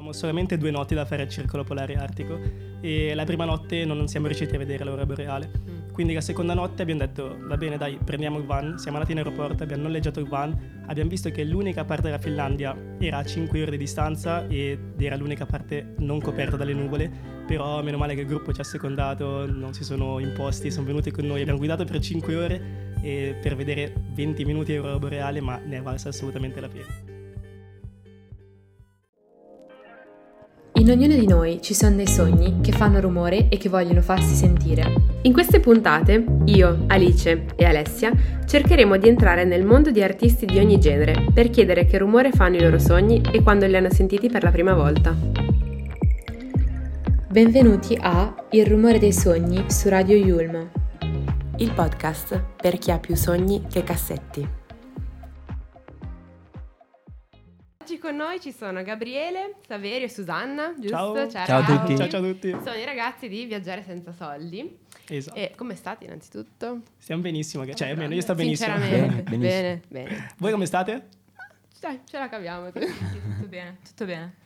Avevamo solamente 2 notti da fare al Circolo Polare Artico e la prima notte non siamo riusciti a vedere l'aurora boreale. Quindi la seconda notte abbiamo detto va bene dai, prendiamo il van, siamo andati in aeroporto, abbiamo noleggiato il van, abbiamo visto che l'unica parte della Finlandia era a 5 ore di distanza ed era l'unica parte non coperta dalle nuvole, però meno male che il gruppo ci ha secondato, non si sono imposti, sono venuti con noi, abbiamo guidato per 5 ore e per vedere 20 minuti di aurora boreale, ma ne è valsa assolutamente la pena. In ognuno di noi ci sono dei sogni che fanno rumore e che vogliono farsi sentire. In queste puntate, io, Alice e Alessia cercheremo di entrare nel mondo di artisti di ogni genere per chiedere che rumore fanno i loro sogni e quando li hanno sentiti per la prima volta. Benvenuti a Il rumore dei sogni su Radio Yulm, il podcast per chi ha più sogni che cassetti. Oggi con noi ci sono Gabriele, Saverio e Susanna, giusto? Ciao a tutti. Ciao a tutti. Sono i ragazzi di Viaggiare Senza Soldi. Esatto. E come state innanzitutto? Stiamo benissimo, cioè almeno io sto benissimo. Sinceramente, bene. Voi come state? Dai, ce la caviamo. Tutto bene.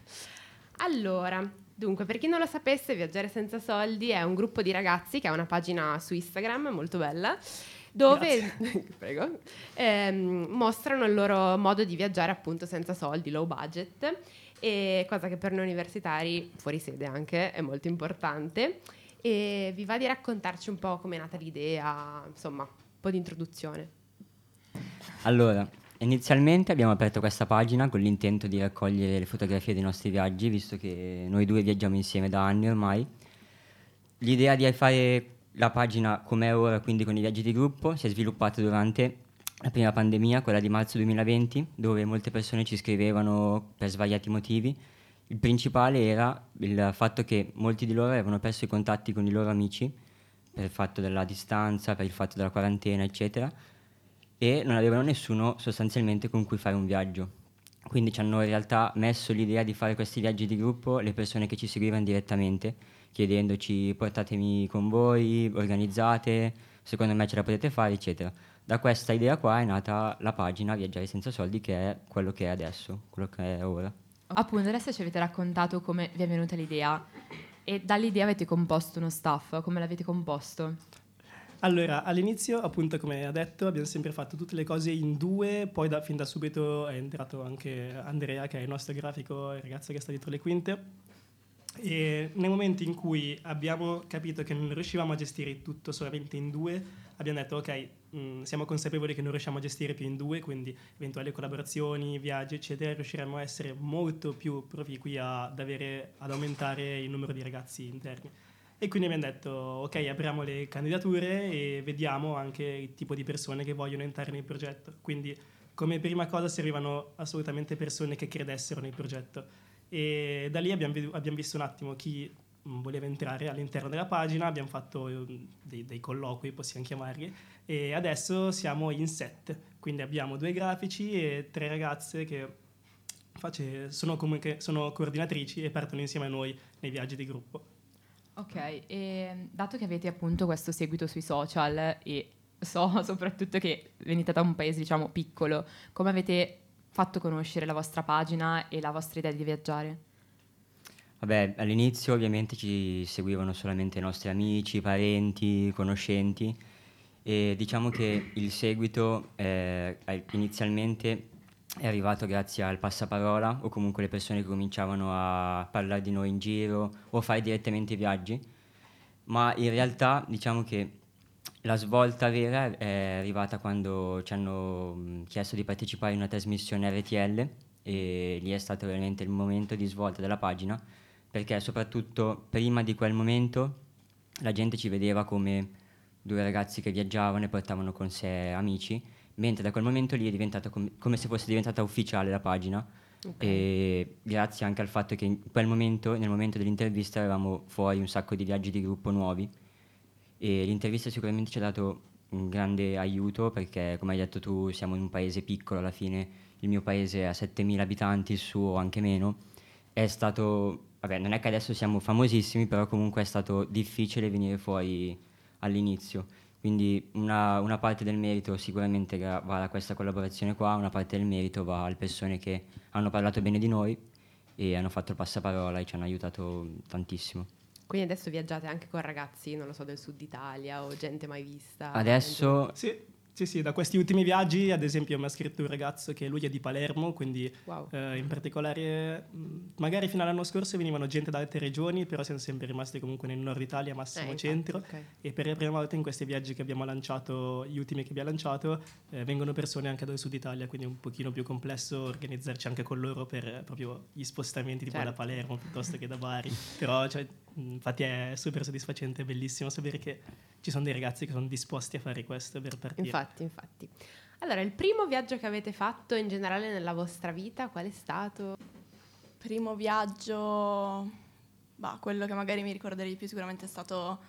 Allora, dunque, per chi non lo sapesse, Viaggiare Senza Soldi è un gruppo di ragazzi che ha una pagina su Instagram molto bella, dove prego, mostrano il loro modo di viaggiare appunto senza soldi, low budget, e cosa che per noi universitari, fuori sede anche, è molto importante. E vi va di raccontarci un po' com'è nata l'idea, insomma, un po' di introduzione. Allora, inizialmente abbiamo aperto questa pagina con l'intento di raccogliere le fotografie dei nostri viaggi, visto che noi due viaggiamo insieme da anni ormai. L'idea di fare la pagina come è ora, quindi con i viaggi di gruppo, si è sviluppata durante la prima pandemia, quella di marzo 2020, dove molte persone ci scrivevano per svariati motivi. Il principale era il fatto che molti di loro avevano perso i contatti con i loro amici per il fatto della distanza, per il fatto della quarantena, eccetera, e non avevano nessuno sostanzialmente con cui fare un viaggio. Quindi ci hanno in realtà messo l'idea di fare questi viaggi di gruppo le persone che ci seguivano direttamente, chiedendoci portatemi con voi, organizzate, secondo me ce la potete fare, eccetera. Da questa idea qua è nata la pagina Viaggiare Senza Soldi, che è quello che è adesso, quello che è ora. Appunto, adesso ci avete raccontato come vi è venuta l'idea e dall'idea avete composto uno staff, come l'avete composto? Allora, all'inizio, appunto, come ha detto, abbiamo sempre fatto tutte le cose in due, poi fin da subito è entrato anche Andrea, che è il nostro grafico, il ragazzo che sta dietro le quinte. E nel momento in cui abbiamo capito che non riuscivamo a gestire tutto solamente in due, abbiamo detto ok, siamo consapevoli che non riusciamo a gestire più in due, quindi eventuali collaborazioni, viaggi eccetera, riusciremo a essere molto più proficui ad aumentare il numero di ragazzi interni. E quindi abbiamo detto ok, apriamo le candidature e vediamo anche il tipo di persone che vogliono entrare nel progetto. Quindi come prima cosa servivano assolutamente persone che credessero nel progetto. E da lì abbiamo visto un attimo chi voleva entrare all'interno della pagina, abbiamo fatto dei colloqui, possiamo chiamarli, e adesso siamo in 7, quindi abbiamo 2 grafici e 3 ragazze che sono coordinatrici e partono insieme a noi nei viaggi di gruppo. Ok, e dato che avete appunto questo seguito sui social e so soprattutto che venite da un paese diciamo piccolo, come avete fatto conoscere la vostra pagina e la vostra idea di viaggiare? Vabbè, all'inizio ovviamente ci seguivano solamente i nostri amici, parenti, conoscenti, e diciamo che il seguito inizialmente è arrivato grazie al passaparola o comunque le persone che cominciavano a parlare di noi in giro o fare direttamente i viaggi, ma in realtà diciamo che la svolta vera è arrivata quando ci hanno chiesto di partecipare in una trasmissione RTL e lì è stato veramente il momento di svolta della pagina, perché soprattutto prima di quel momento la gente ci vedeva come 2 ragazzi che viaggiavano e portavano con sé amici, mentre da quel momento lì è diventato come se fosse diventata ufficiale la pagina. Okay. E grazie anche al fatto che in quel momento, nel momento dell'intervista, avevamo fuori un sacco di viaggi di gruppo nuovi e l'intervista sicuramente ci ha dato un grande aiuto, perché come hai detto tu siamo in un paese piccolo alla fine, il mio paese ha 7.000 abitanti, il suo anche meno. È stato, vabbè, non è che adesso siamo famosissimi, però comunque è stato difficile venire fuori all'inizio, quindi una parte del merito sicuramente va a questa collaborazione qua, una parte del merito va alle persone che hanno parlato bene di noi e hanno fatto il passaparola e ci hanno aiutato tantissimo. Quindi adesso viaggiate anche con ragazzi, non lo so, del sud Italia o gente mai vista? Adesso Sì, da questi ultimi viaggi, ad esempio, mi ha scritto un ragazzo che lui è di Palermo, quindi Wow. in particolare, magari fino all'anno scorso venivano gente da altre regioni, però siamo sempre rimasti comunque nel nord Italia, massimo Infatti, centro, ok. e per la prima volta in questi viaggi che abbiamo lanciato, gli ultimi che abbiamo lanciato, vengono persone anche dal sud Italia, quindi è un pochino più complesso organizzarci anche con loro per proprio gli spostamenti tipo Certo. da Palermo piuttosto che da Bari, però infatti è super soddisfacente, è bellissimo sapere che ci sono dei ragazzi che sono disposti a fare questo per partire. Infatti. Allora, il primo viaggio che avete fatto in generale nella vostra vita, qual è stato? Primo viaggio, quello che magari mi ricorderei di più sicuramente è stato,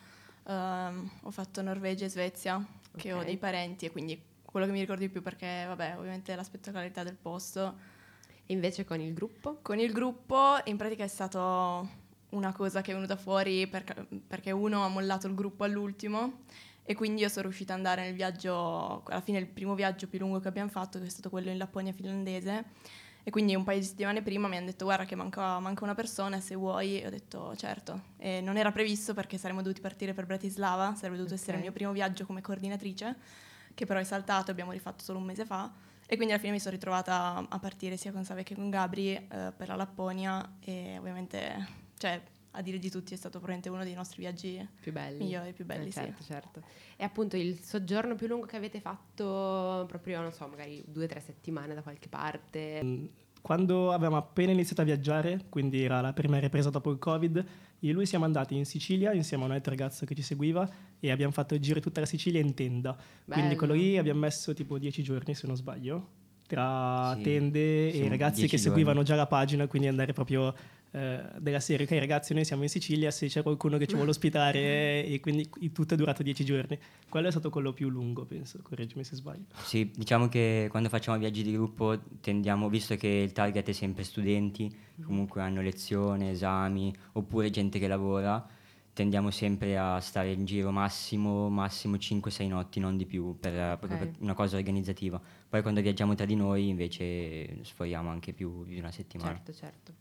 ho fatto Norvegia e Svezia, che ho Ok. dei parenti e quindi quello che mi ricordo di più perché, ovviamente la spettacolarità del posto. E invece con il gruppo? Con il gruppo in pratica è stato una cosa che è venuta fuori perché uno ha mollato il gruppo all'ultimo e quindi io sono riuscita ad andare nel viaggio, alla fine il primo viaggio più lungo che abbiamo fatto, che è stato quello in Lapponia finlandese, e quindi un paio di settimane prima mi hanno detto guarda che manca una persona, se vuoi, e ho detto certo, e non era previsto perché saremmo dovuti partire per Bratislava, sarebbe dovuto essere il mio primo viaggio come coordinatrice, che però è saltato, abbiamo rifatto solo un mese fa. E quindi alla fine mi sono ritrovata a partire sia con Save che con Gabri per la Lapponia e ovviamente, cioè, a dire di tutti è stato probabilmente uno dei nostri viaggi Più belli? migliori, più belli, sì. Certo. E appunto il soggiorno più lungo che avete fatto proprio, non so, magari 2 o 3 settimane da qualche parte? Quando avevamo appena iniziato a viaggiare, quindi era la prima ripresa dopo il Covid, io e lui siamo andati in Sicilia insieme a un altro ragazzo che ci seguiva e abbiamo fatto il giro di tutta la Sicilia in tenda. Quindi quello lì abbiamo messo tipo 10 giorni, se non sbaglio, tra Sì, tende sì, e ragazzi 10 che seguivano giorni. già la pagina, quindi andare proprio della serie, ok ragazzi, noi siamo in Sicilia, se c'è qualcuno che ci vuole ospitare, e quindi tutto è durato 10 giorni. Quello è stato quello più lungo, penso, correggimi se sbaglio. Sì, diciamo che quando facciamo viaggi di gruppo tendiamo, visto che il target è sempre studenti, comunque hanno lezioni, esami, oppure gente che lavora, tendiamo sempre a stare in giro massimo 5-6 notti, non di più, proprio per una cosa organizzativa. Poi quando viaggiamo tra di noi invece sforiamo anche più di una settimana. Certo.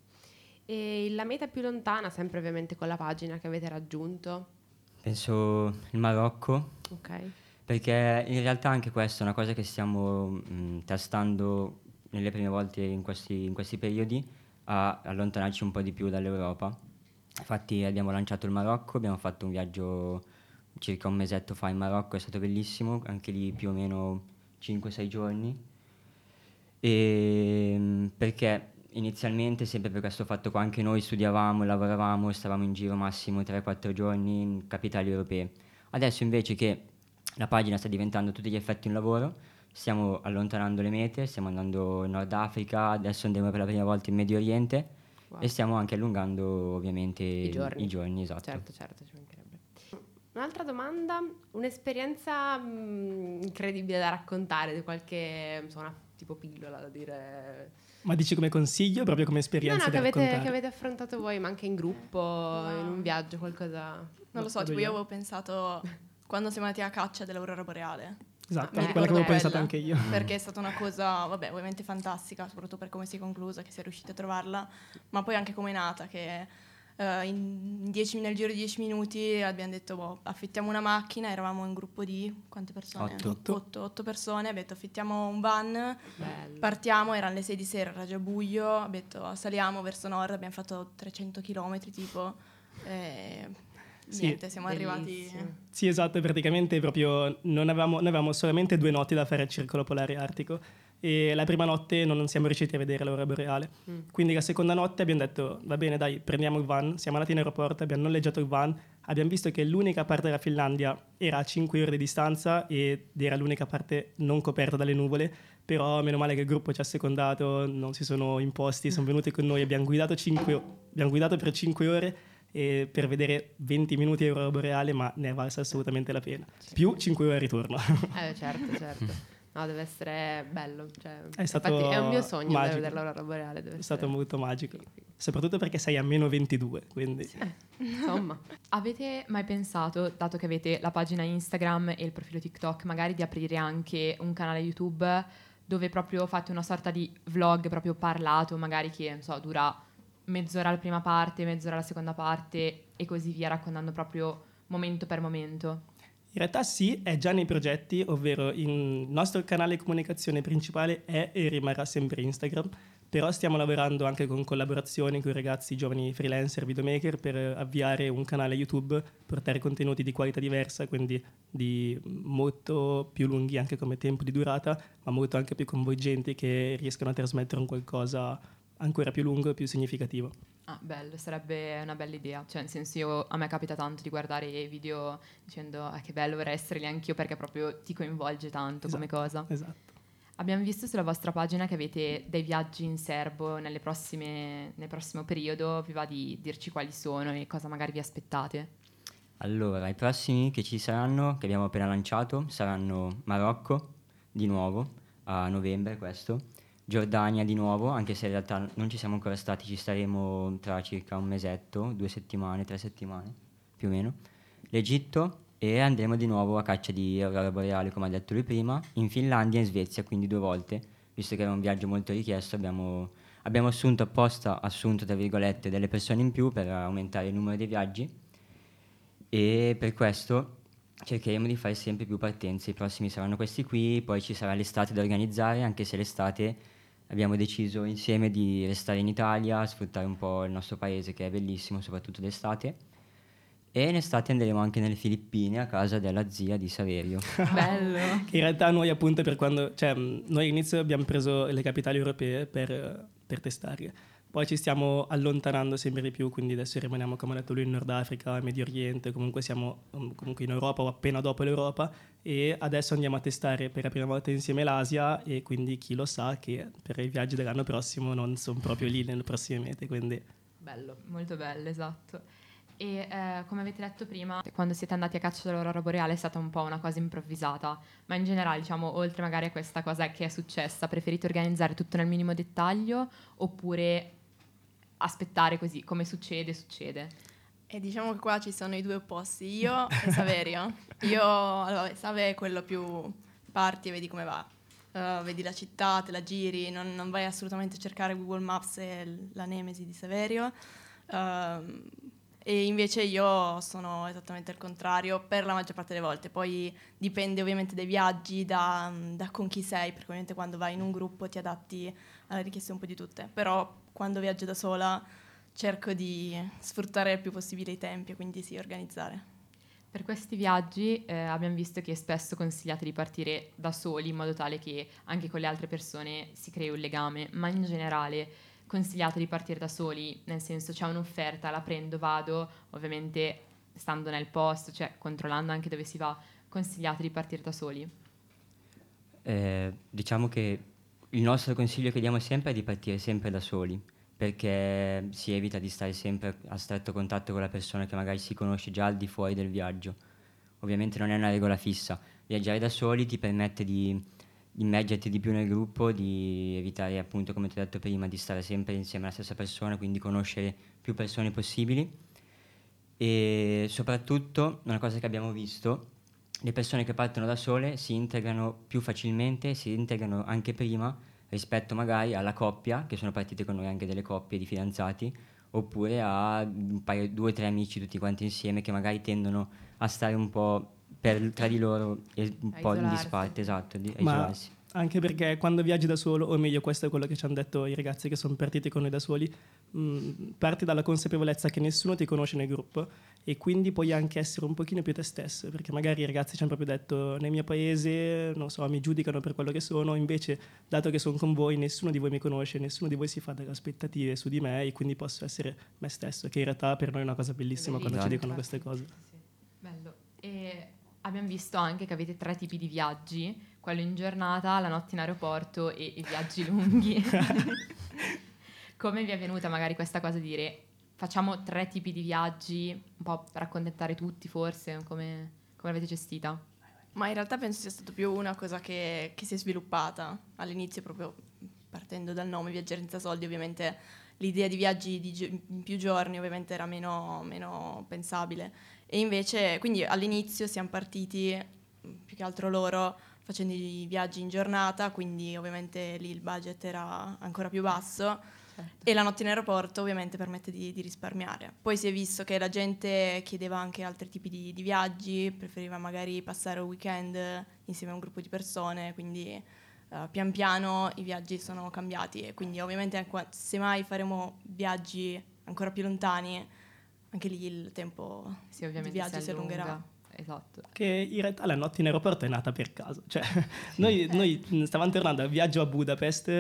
E la meta più lontana, sempre ovviamente con la pagina che avete raggiunto? Penso il Marocco. Ok. Perché in realtà anche questa è una cosa che stiamo tastando nelle prime volte in questi periodi, a allontanarci un po' di più dall'Europa. Infatti abbiamo lanciato il Marocco, abbiamo fatto un viaggio circa un mesetto fa in Marocco, è stato bellissimo, anche lì più o meno 5-6 giorni. Perché inizialmente, sempre per questo fatto qua, anche noi studiavamo, lavoravamo, stavamo in giro massimo 3-4 giorni in capitali europee. Adesso invece che la pagina sta diventando a tutti gli effetti un lavoro, stiamo allontanando le mete, stiamo andando in Nord Africa, adesso andremo per la prima volta in Medio Oriente. Wow. E stiamo anche allungando ovviamente I giorni, esatto. Certo, ci mancherebbe. Un'altra domanda, un'esperienza incredibile da raccontare, di qualche, insomma, tipo pillola da dire. Ma dici come consiglio, proprio come esperienza da che raccontare? avete affrontato voi, ma anche in gruppo, in un viaggio, qualcosa. Non lo so, Vado tipo io io. avevo pensato quando siamo andati a caccia dell'aurora boreale. Esatto, Mi quella che avevo ricordo pensato quella, anche io. perché è stata una cosa, ovviamente fantastica, soprattutto per come si è conclusa, che si è riusciti a trovarla, ma poi anche come è nata, che nel giro di 10 minuti abbiamo detto, affittiamo una macchina, eravamo un gruppo di, quante persone? 8 persone, abbiamo detto affittiamo un van, Bello. partiamo, erano le 6 di sera, era già buio, abbiamo detto saliamo verso nord, abbiamo fatto 300 chilometri tipo, Sì, niente, siamo arrivati. Bellissimo. Sì, esatto, praticamente proprio noi avevamo solamente 2 notti da fare al Circolo Polare Artico e la prima notte non siamo riusciti a vedere l'aurora boreale. Quindi la seconda notte abbiamo detto va bene dai, prendiamo il van, siamo andati in aeroporto, abbiamo noleggiato il van, abbiamo visto che l'unica parte della Finlandia era a 5 ore di distanza ed era l'unica parte non coperta dalle nuvole, però meno male che il gruppo ci ha secondato, non si sono imposti, sono venuti con noi, abbiamo guidato per 5 ore e per vedere 20 minuti di aurora boreale, ma ne è valsa assolutamente la pena. Più 5 ore al ritorno. Certo. No, deve essere bello. Cioè, È stato infatti è un mio sogno andare a magico. vedere l'aurora boreale. Deve È stato essere- molto magico, soprattutto perché sei a meno 22, quindi Insomma, Avete mai pensato, dato che avete la pagina Instagram e il profilo TikTok, magari di aprire anche un canale YouTube dove proprio fate una sorta di vlog proprio parlato, magari che, non so, dura mezz'ora la prima parte, mezz'ora la seconda parte e così via, raccontando proprio momento per momento? In realtà sì, è già nei progetti, ovvero il nostro canale di comunicazione principale è e rimarrà sempre Instagram, però stiamo lavorando anche con collaborazioni con i ragazzi giovani freelancer, videomaker, per avviare un canale YouTube, portare contenuti di qualità diversa, quindi di molto più lunghi anche come tempo di durata, ma molto anche più coinvolgenti, che riescano a trasmettere un qualcosa ancora più lungo e più significativo. Ah, bello, sarebbe una bella idea. Cioè, nel senso, a me capita tanto di guardare i video dicendo che bello, vorrei essere lì anch'io, perché proprio ti coinvolge tanto come cosa. Esatto. Abbiamo visto sulla vostra pagina che avete dei viaggi in serbo nel prossimo periodo. Vi va di dirci quali sono e cosa magari vi aspettate? Allora, i prossimi che ci saranno, che abbiamo appena lanciato, saranno Marocco, di nuovo, a novembre questo, Giordania di nuovo, anche se in realtà non ci siamo ancora stati, ci staremo tra circa un mesetto, 2 settimane, 3 settimane, più o meno, l'Egitto, e andremo di nuovo a caccia di aurora boreale, come ha detto lui prima, in Finlandia e in Svezia, quindi 2 volte, visto che era un viaggio molto richiesto, abbiamo assunto tra virgolette, delle persone in più per aumentare il numero dei viaggi, e per questo cercheremo di fare sempre più partenze. I prossimi saranno questi qui, poi ci sarà l'estate da organizzare, anche se l'estate abbiamo deciso insieme di restare in Italia, sfruttare un po' il nostro paese che è bellissimo, soprattutto d'estate. E in estate andremo anche nelle Filippine a casa della zia di Saverio. Bello! Che in realtà noi appunto noi all'inizio abbiamo preso le capitali europee per testarle, poi ci stiamo allontanando sempre di più, quindi adesso rimaniamo, come ha detto lui, in Nord Africa, Medio Oriente, comunque siamo comunque in Europa o appena dopo l'Europa, e adesso andiamo a testare per la prima volta insieme l'Asia, e quindi chi lo sa che per i viaggi dell'anno prossimo non sono proprio lì nelle prossime mete, quindi... Bello, molto bello, esatto. E come avete detto prima, quando siete andati a caccia dell'aurora boreale è stata un po' una cosa improvvisata, ma in generale, diciamo, oltre magari a questa cosa che è successa, preferite organizzare tutto nel minimo dettaglio oppure aspettare così, come succede? E diciamo che qua ci sono i 2 opposti, io e Saverio. Allora, Save è quello più parti e vedi come va. Vedi la città, te la giri, non vai assolutamente a cercare Google Maps e la nemesi di Saverio. E invece io sono esattamente il contrario per la maggior parte delle volte. Poi dipende ovviamente dai viaggi, da con chi sei, perché ovviamente quando vai in un gruppo ti adatti alle richieste un po' di tutte. Però quando viaggio da sola cerco di sfruttare il più possibile i tempi, quindi sì, organizzare. Per questi viaggi abbiamo visto che spesso consigliate di partire da soli in modo tale che anche con le altre persone si crei un legame, ma in generale consigliate di partire da soli, nel senso c'è un'offerta, la prendo, vado, ovviamente stando nel posto, cioè controllando anche dove si va, consigliate di partire da soli? Diciamo che il nostro consiglio che diamo sempre è di partire sempre da soli, perché si evita di stare sempre a stretto contatto con la persona che magari si conosce già al di fuori del viaggio. Ovviamente non è una regola fissa. Viaggiare da soli ti permette di immergerti di più nel gruppo, di evitare, appunto, come ti ho detto prima, di stare sempre insieme alla stessa persona, quindi conoscere più persone possibili. E soprattutto, una cosa che abbiamo visto, le persone che partono da sole si integrano più facilmente, si integrano anche prima rispetto magari alla coppia, che sono partite con noi anche delle coppie di fidanzati, oppure a 2 o 3 amici tutti quanti insieme che magari tendono a stare un po' tra di loro e un po' in isolarsi. disparte, esatto, a Ma isolarsi. anche perché quando viaggi da solo, o meglio, questo è quello che ci hanno detto i ragazzi che sono partiti con noi da soli, parti dalla consapevolezza che nessuno ti conosce nel gruppo, e quindi puoi anche essere un pochino più te stesso, perché magari i ragazzi ci hanno proprio detto: nel mio paese, non so, mi giudicano per quello che sono, invece dato che sono con voi nessuno di voi mi conosce, nessuno di voi si fa delle aspettative su di me, e quindi posso essere me stesso, che in realtà per noi è una cosa bellissima quando ci dicono queste cose. Sì. Bello. E abbiamo visto anche che avete 3 tipi di viaggi, quello in giornata, la notte in aeroporto e i viaggi lunghi. Come vi è venuta magari questa cosa di dire facciamo 3 tipi di viaggi, un po' per accontentare tutti forse, come l'avete gestita? Ma in realtà penso sia stato più una cosa che si è sviluppata all'inizio, proprio partendo dal nome Viaggiare senza soldi. Ovviamente l'idea di viaggi in più giorni ovviamente era meno pensabile, e invece quindi all'inizio siamo partiti più che altro loro facendo i viaggi in giornata, quindi ovviamente lì il budget era ancora più basso, E la notte in aeroporto ovviamente permette di risparmiare. Poi si è visto che la gente chiedeva anche altri tipi di viaggi, preferiva magari passare un weekend insieme a un gruppo di persone, quindi pian piano i viaggi sono cambiati e quindi ovviamente se mai faremo viaggi ancora più lontani, anche lì il tempo Sì, di ovviamente viaggio si allungherà. Esatto. Che in realtà la notte in aeroporto è nata per caso. Cioè, noi stavamo tornando al viaggio a Budapest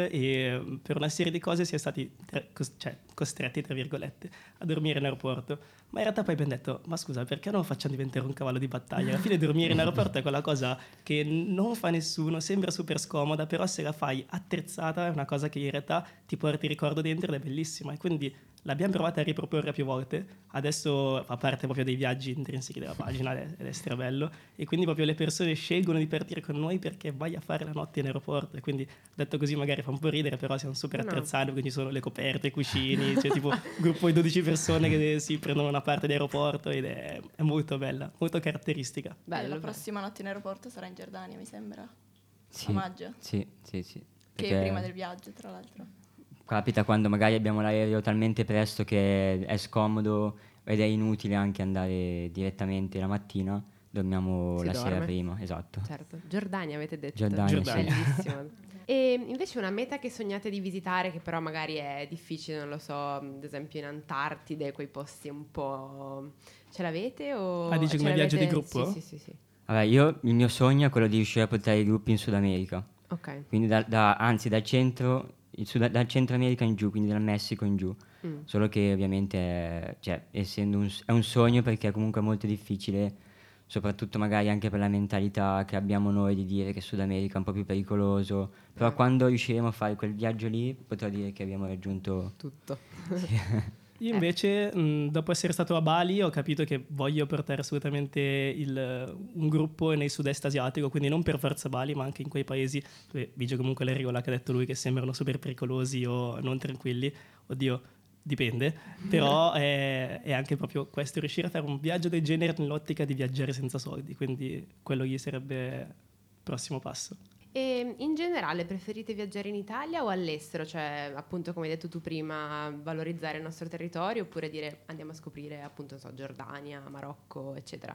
e per una serie di cose si è stati costretti, tra virgolette, a dormire in aeroporto. Ma in realtà poi abbiamo detto, ma scusa, perché non lo facciamo diventare un cavallo di battaglia? Alla fine dormire in aeroporto è quella cosa che non fa nessuno, sembra super scomoda, però se la fai attrezzata è una cosa che in realtà ti porti ricordo dentro ed è bellissima. E quindi l'abbiamo provata a riproporre più volte, adesso fa parte proprio dei viaggi intrinseci della pagina ed è strabello, e quindi proprio le persone scelgono di partire con noi perché vai a fare la notte in aeroporto, e quindi detto così magari fa un po' ridere, però siamo super attrezzati, quindi ci sono le coperte, i cuscini, c'è tipo un gruppo di 12 persone che si prendono una parte d'aeroporto ed è molto bella, molto caratteristica. Bello, La prossima notte in aeroporto sarà in Giordania, mi sembra, Sì, a maggio, sì. che Perché è prima del viaggio, tra l'altro. capita quando magari abbiamo l'aereo talmente presto che è scomodo ed è inutile anche andare direttamente la mattina, dormiamo Si la dorme. sera prima, esatto. Certo, Giordania avete detto. Giordania, sì. Bellissimo. E invece una meta che sognate di visitare, che però magari è difficile, non lo so, ad esempio in Antartide, quei posti un po'... Ce l'avete o... Ah, dici ce come viaggio di l'avete? gruppo? Sì. Vabbè, il mio sogno è quello di riuscire a portare i gruppi in Sud America, Ok. quindi anzi dal centro America in giù, quindi dal Messico in giù. Solo che ovviamente, essendo è un sogno, perché comunque è molto difficile, soprattutto magari anche per la mentalità che abbiamo noi di dire che Sud America è un po' più pericoloso, però quando riusciremo a fare quel viaggio lì potrò dire che abbiamo raggiunto Tutto. Io invece, dopo essere stato a Bali, ho capito che voglio portare assolutamente un gruppo nel sud-est asiatico, quindi non per forza Bali, ma anche in quei paesi dove vige comunque la regola che ha detto lui, che sembrano super pericolosi o non tranquilli. Oddio, dipende, però è anche proprio questo, riuscire a fare un viaggio del genere nell'ottica di viaggiare senza soldi, quindi quello gli sarebbe il prossimo passo. E in generale preferite viaggiare in Italia o all'estero? Cioè, appunto, come hai detto tu prima, valorizzare il nostro territorio oppure dire andiamo a scoprire, appunto, non so, Giordania, Marocco, eccetera?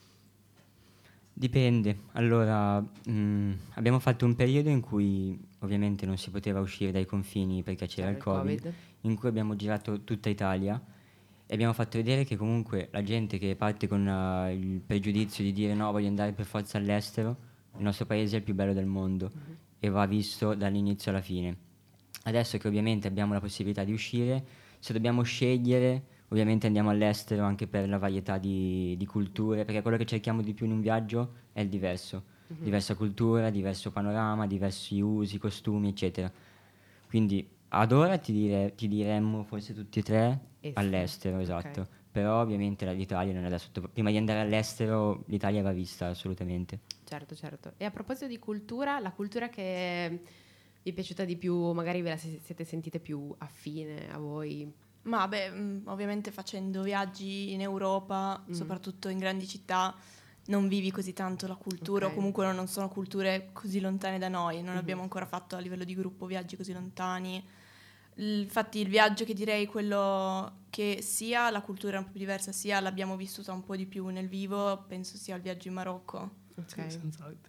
Dipende. Allora, abbiamo fatto un periodo in cui ovviamente non si poteva uscire dai confini perché c'era il Covid, in cui abbiamo girato tutta Italia e abbiamo fatto vedere che comunque la gente che parte con il pregiudizio di dire no, voglio andare per forza all'estero, il nostro paese è il più bello del mondo e va visto dall'inizio alla fine. Adesso che ovviamente abbiamo la possibilità di uscire, se dobbiamo scegliere, ovviamente andiamo all'estero anche per la varietà di culture, perché quello che cerchiamo di più in un viaggio è il diverso. Diversa cultura, diverso panorama, diversi usi, costumi, eccetera. Quindi ad ora ti diremmo forse tutti e tre all'estero, esatto. Ok. Però ovviamente l'Italia non è da prima di andare all'estero l'Italia va vista assolutamente. Certo. E a proposito di cultura, la cultura che vi è piaciuta di più, magari ve la siete sentite più affine a voi? Ma ovviamente facendo viaggi in Europa, soprattutto in grandi città, non vivi così tanto la cultura, Ok. o comunque non sono culture così lontane da noi, non abbiamo ancora fatto a livello di gruppo viaggi così lontani. Infatti il viaggio che direi quello che sia la cultura è un po' più diversa, sia l'abbiamo vissuta un po' di più nel vivo, penso sia il viaggio in Marocco. Ok. Sì, senz'altro.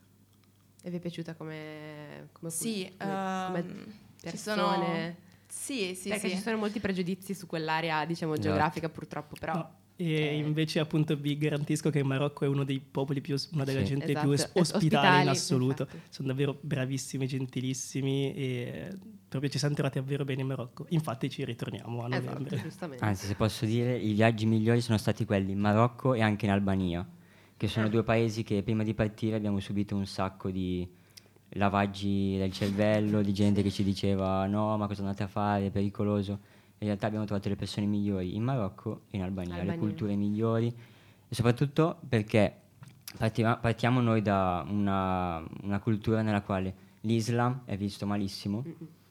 E vi è piaciuta come Sì, come ci sono... persone? Sì. Perché ci sono molti pregiudizi su quell'area, diciamo, Esatto. geografica, purtroppo, però... No. E invece appunto vi garantisco che il Marocco è uno dei popoli una della Sì. gente Esatto, più ospitali in assoluto. infatti. Sono davvero bravissimi, gentilissimi e proprio ci siamo trovati davvero bene in Marocco. Infatti ci ritorniamo a novembre. Esatto, giustamente. Anzi, se posso dire, i viaggi migliori sono stati quelli in Marocco e anche in Albania, che sono due paesi che prima di partire abbiamo subito un sacco di lavaggi del cervello, di gente che ci diceva no, ma cosa andate a fare, è pericoloso. In realtà abbiamo trovato le persone migliori in Marocco e in Albania, le culture migliori e soprattutto perché partiamo noi da una cultura nella quale l'Islam è visto malissimo.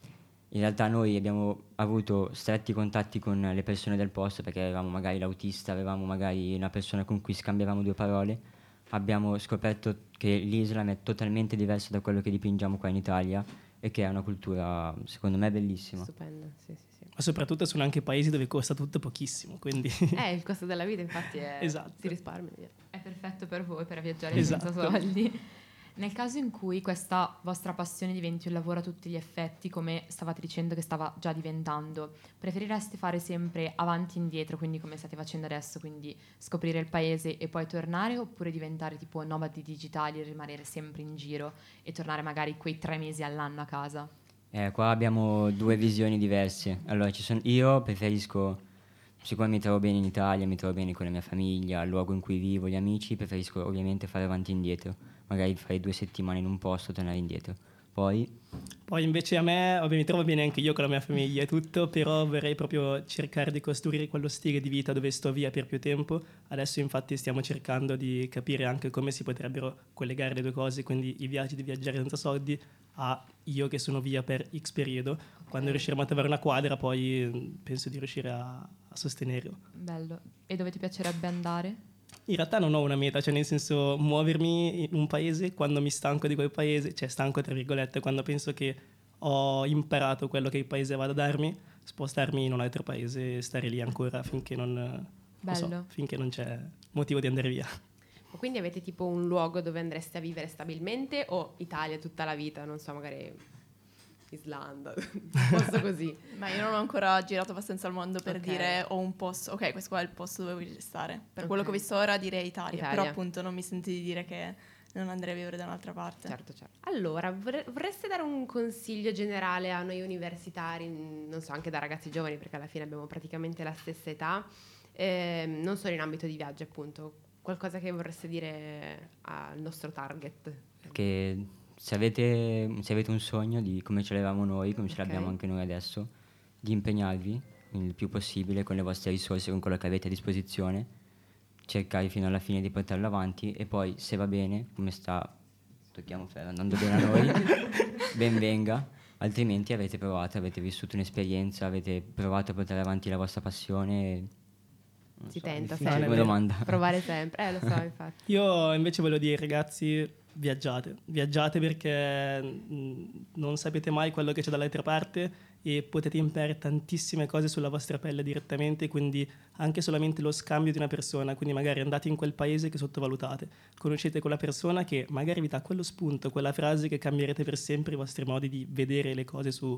In realtà noi abbiamo avuto stretti contatti con le persone del posto perché avevamo magari l'autista, avevamo magari una persona con cui scambiavamo due parole. Abbiamo scoperto che l'Islam è totalmente diverso da quello che dipingiamo qua in Italia e che è una cultura, secondo me, bellissima. Stupendo, sì. Ma soprattutto sono anche paesi dove costa tutto pochissimo, quindi Il costo della vita infatti Esatto. si risparmia. È perfetto per voi, per viaggiare Esatto. senza soldi. Nel caso in cui questa vostra passione diventi un lavoro a tutti gli effetti, come stavate dicendo che stava già diventando, preferireste fare sempre avanti e indietro, quindi come state facendo adesso, quindi scoprire il paese e poi tornare, oppure diventare tipo nomadi digitali e rimanere sempre in giro e tornare magari quei 3 mesi all'anno a casa? Qua abbiamo due visioni diverse. Allora, io preferisco, siccome mi trovo bene in Italia, mi trovo bene con la mia famiglia, il luogo in cui vivo, gli amici, preferisco ovviamente fare avanti e indietro. Magari fare 2 settimane in un posto, tornare indietro. Poi invece a me, vabbè, mi trovo bene anche io con la mia famiglia e tutto, però vorrei proprio cercare di costruire quello stile di vita dove sto via per più tempo. Adesso infatti stiamo cercando di capire anche come si potrebbero collegare le due cose, quindi i viaggi di viaggiare senza soldi a io che sono via per X periodo. Quando riusciremo a trovare una quadra poi penso di riuscire a sostenerlo. Bello. E dove ti piacerebbe andare? In realtà non ho una meta, cioè nel senso muovermi in un paese quando mi stanco di quel paese, cioè stanco tra virgolette, quando penso che ho imparato quello che il paese va a darmi, spostarmi in un altro paese e stare lì ancora finché non finché non c'è motivo di andare via. Quindi avete tipo un luogo dove andreste a vivere stabilmente o Italia tutta la vita, non so, magari Islanda, un posto così? Ma io non ho ancora girato abbastanza al mondo per Ok. dire ho un posto, ok, questo qua è il posto dove voglio stare. Per Ok. quello che ho visto ora direi Italia, Italia. però appunto non mi sento di dire che non andrei a vivere da un'altra parte. Certo. Allora, vorreste dare un consiglio generale a noi universitari, non so, anche da ragazzi giovani, perché alla fine abbiamo praticamente la stessa età, non solo in ambito di viaggio, appunto, qualcosa che vorreste dire al nostro target? che se avete un sogno di come ce l'avevamo noi, come ce Ok. l'abbiamo anche noi adesso, di impegnarvi il più possibile con le vostre risorse, con quello che avete a disposizione, cercare fino alla fine di portarlo avanti e poi se va bene, come tocchiamo ferro, andando bene a noi, ben venga, altrimenti avete provato, avete vissuto un'esperienza, avete provato a portare avanti la vostra passione. Non Si so, tenta difficile sempre. come domanda. Provare sempre, lo so, infatti. Io invece voglio dire, ragazzi, viaggiate perché non sapete mai quello che c'è dall'altra parte e potete imparare tantissime cose sulla vostra pelle direttamente, quindi anche solamente lo scambio di una persona, quindi magari andate in quel paese che sottovalutate, conoscete quella persona che magari vi dà quello spunto, quella frase che cambierete per sempre i vostri modi di vedere le cose su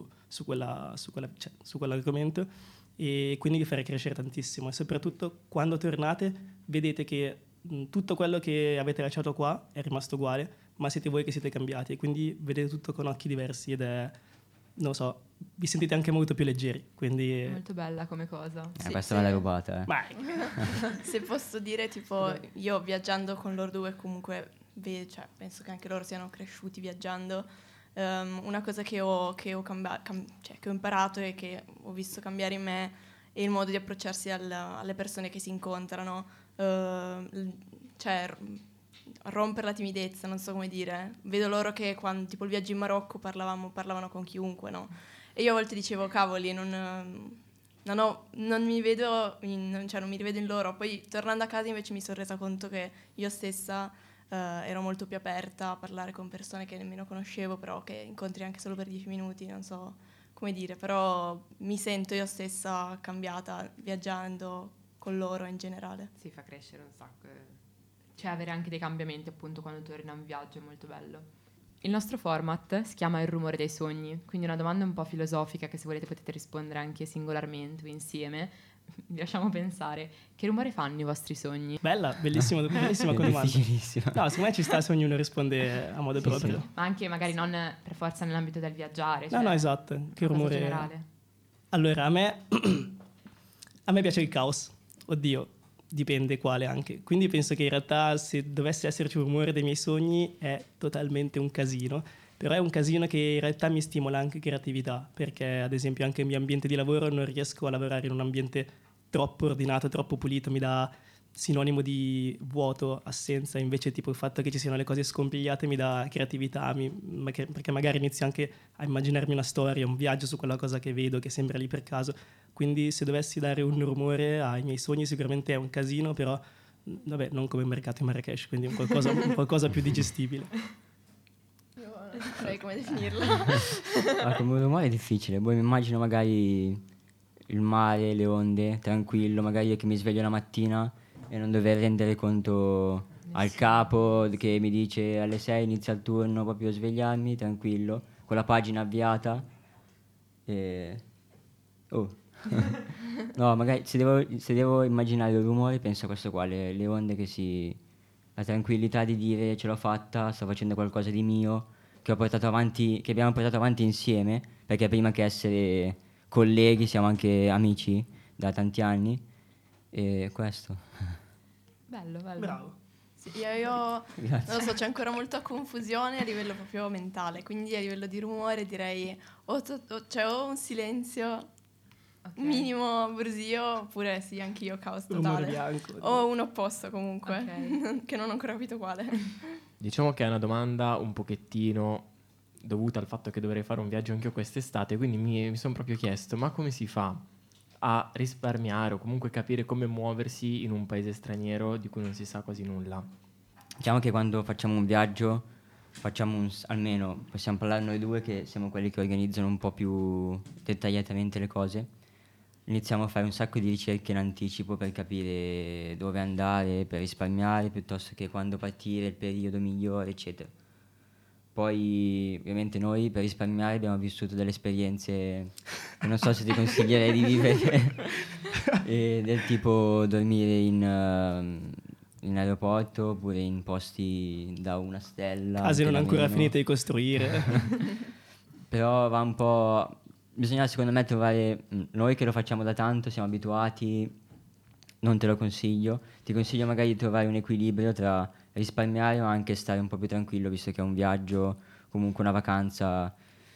quell'argomento, e quindi vi farà crescere tantissimo. E soprattutto quando tornate vedete che tutto quello che avete lasciato qua è rimasto uguale, ma siete voi che siete cambiati e quindi vedete tutto con occhi diversi ed è, non so, vi sentite anche molto più leggeri, quindi Molto bella come cosa. Sì, Questa sì. me l'hai rubata. vai. Se posso dire, tipo, io viaggiando con loro due comunque, cioè, penso che anche loro siano cresciuti viaggiando. Una cosa che ho imparato e che ho visto cambiare in me è il modo di approcciarsi alle persone che si incontrano, cioè rompere la timidezza, non so come dire. Vedo loro che quando tipo il viaggio in Marocco parlavano con chiunque, no? E io a volte dicevo, cavoli, non mi vedo non mi rivedo in loro. Poi tornando a casa invece mi sono resa conto che io stessa ero molto più aperta a parlare con persone che nemmeno conoscevo, però che incontri anche solo per 10 minuti, non so come dire, però mi sento io stessa cambiata viaggiando con loro in generale. Si fa crescere un sacco. Cioè avere anche dei cambiamenti appunto quando torni da un viaggio è molto bello. Il nostro format si chiama Il rumore dei sogni, quindi una domanda un po' filosofica che se volete potete rispondere anche singolarmente o insieme. Vi lasciamo pensare, che rumore fanno i vostri sogni? Bella, bellissima È domanda. difficilissima. No, secondo me ci sta se ognuno risponde a modo proprio. Ma anche magari non per forza nell'ambito del viaggiare. No, esatto, che una cosa rumore. generale. Allora, a me piace il caos. Oddio, dipende quale anche. Quindi penso che in realtà se dovesse esserci un rumore dei miei sogni è totalmente un casino. Però è un casino che in realtà mi stimola anche creatività, perché ad esempio anche il mio ambiente di lavoro non riesco a lavorare in un ambiente troppo ordinato, troppo pulito, mi dà sinonimo di vuoto, assenza, invece tipo il fatto che ci siano le cose scompigliate mi dà creatività, perché magari inizio anche a immaginarmi una storia, un viaggio su quella cosa che vedo, che sembra lì per caso. Quindi se dovessi dare un rumore ai miei sogni sicuramente è un casino, però vabbè, non come il mercato in Marrakesh, quindi un qualcosa più digestibile. Io non saprei come definirlo. Come rumore è difficile, mi immagino magari il mare, le onde, tranquillo, magari io che mi sveglio la mattina e non dover rendere conto al capo che mi dice alle 6 inizia il turno, proprio svegliarmi tranquillo, con la pagina avviata e... Oh. No, magari se devo immaginare un rumore penso a questo qua, le onde la tranquillità di dire ce l'ho fatta, sto facendo qualcosa di mio, che abbiamo portato avanti insieme, perché prima che essere colleghi siamo anche amici da tanti anni, e questo. Bello. Bravo. Sì, io non lo so, c'è ancora molta confusione a livello proprio mentale, quindi a livello di rumore direi o un silenzio minimo brusio, oppure sì, anch'io caos Rumore totale. bianco. O un opposto comunque, Ok. che non ho ancora capito quale. Diciamo che è una domanda un pochettino dovuta al fatto che dovrei fare un viaggio anch'io quest'estate, quindi mi sono proprio chiesto, ma come si fa a risparmiare o comunque capire come muoversi in un paese straniero di cui non si sa quasi nulla? Diciamo che quando facciamo un viaggio, almeno possiamo parlare noi due che siamo quelli che organizzano un po' più dettagliatamente le cose. Iniziamo a fare un sacco di ricerche in anticipo per capire dove andare, per risparmiare, piuttosto che quando partire, il periodo migliore, eccetera. Poi, ovviamente, noi per risparmiare abbiamo vissuto delle esperienze che non so se ti consiglierei di vivere, del tipo dormire in aeroporto oppure in posti da 1 stella. Case non anche da ancora meno. finite di costruire. Però va un po'... Bisogna secondo me trovare... Noi che lo facciamo da tanto, siamo abituati, non te lo consiglio. Ti consiglio magari di trovare un equilibrio tra risparmiare ma anche stare un po' più tranquillo, visto che è un viaggio, comunque una vacanza.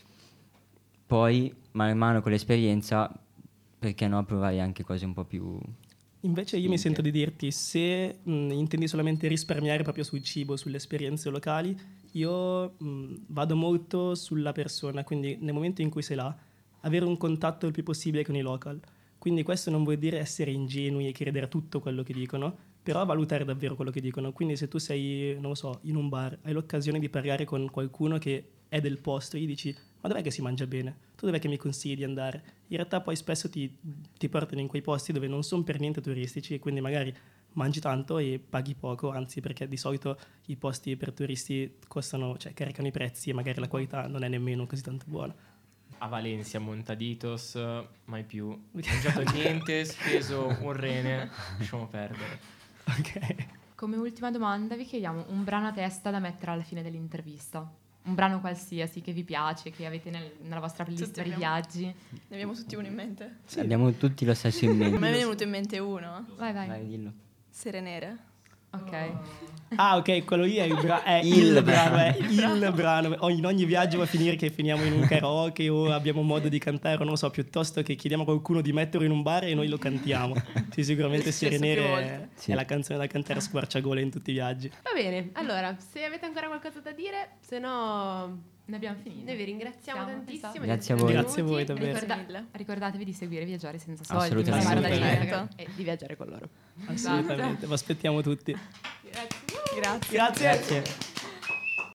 Poi, mano a mano con l'esperienza, perché no, provare anche cose un po' più... Invece io mi sento di dirti, se intendi solamente risparmiare proprio sul cibo, sulle esperienze locali, io vado molto sulla persona, quindi nel momento in cui sei là, avere un contatto il più possibile con i local. Quindi questo non vuol dire essere ingenui e credere a tutto quello che dicono, però valutare davvero quello che dicono. Quindi se tu sei, non lo so, in un bar, hai l'occasione di parlare con qualcuno che è del posto, gli dici, ma dov'è che si mangia bene? Tu dov'è che mi consigli di andare? In realtà poi spesso ti portano in quei posti dove non sono per niente turistici e quindi magari mangi tanto e paghi poco, anzi perché di solito i posti per turisti costano, cioè caricano i prezzi e magari la qualità non è nemmeno così tanto buona. A Valencia, Montaditos, mai più. Ho mangiato niente, speso un rene, lasciamo perdere. Ok. Come ultima domanda vi chiediamo un brano a testa da mettere alla fine dell'intervista. Un brano qualsiasi che vi piace, che avete nella vostra playlist Tutti per i abbiamo- viaggi. Ne abbiamo tutti uno in mente? Sì. Abbiamo tutti lo stesso in A mente. me è venuto in mente uno. Vai. Vai, dillo. Sere nere. Ok. Ah, ok, quello lì è il brano. In ogni viaggio va a finire che finiamo in un karaoke o abbiamo modo di cantare, non lo so, piuttosto che chiediamo a qualcuno di metterlo in un bar e noi lo cantiamo. Sì, sicuramente È Sere successo più Nere volte. Sì. è la canzone da cantare a squarciagola in tutti i viaggi. Va bene, allora, se avete ancora qualcosa da dire, se no Ne abbiamo finito. noi vi ringraziamo Siamo, tantissimo. esatto. di Grazie a essere voi. Grazie a voi, venuti. davvero. Grazie mille. Ricordatevi di seguire Viaggiare senza soldi. Assolutamente. mi pare da dire. Assolutamente. E di viaggiare con loro. Assolutamente, vi aspettiamo tutti. Grazie. Grazie. Grazie.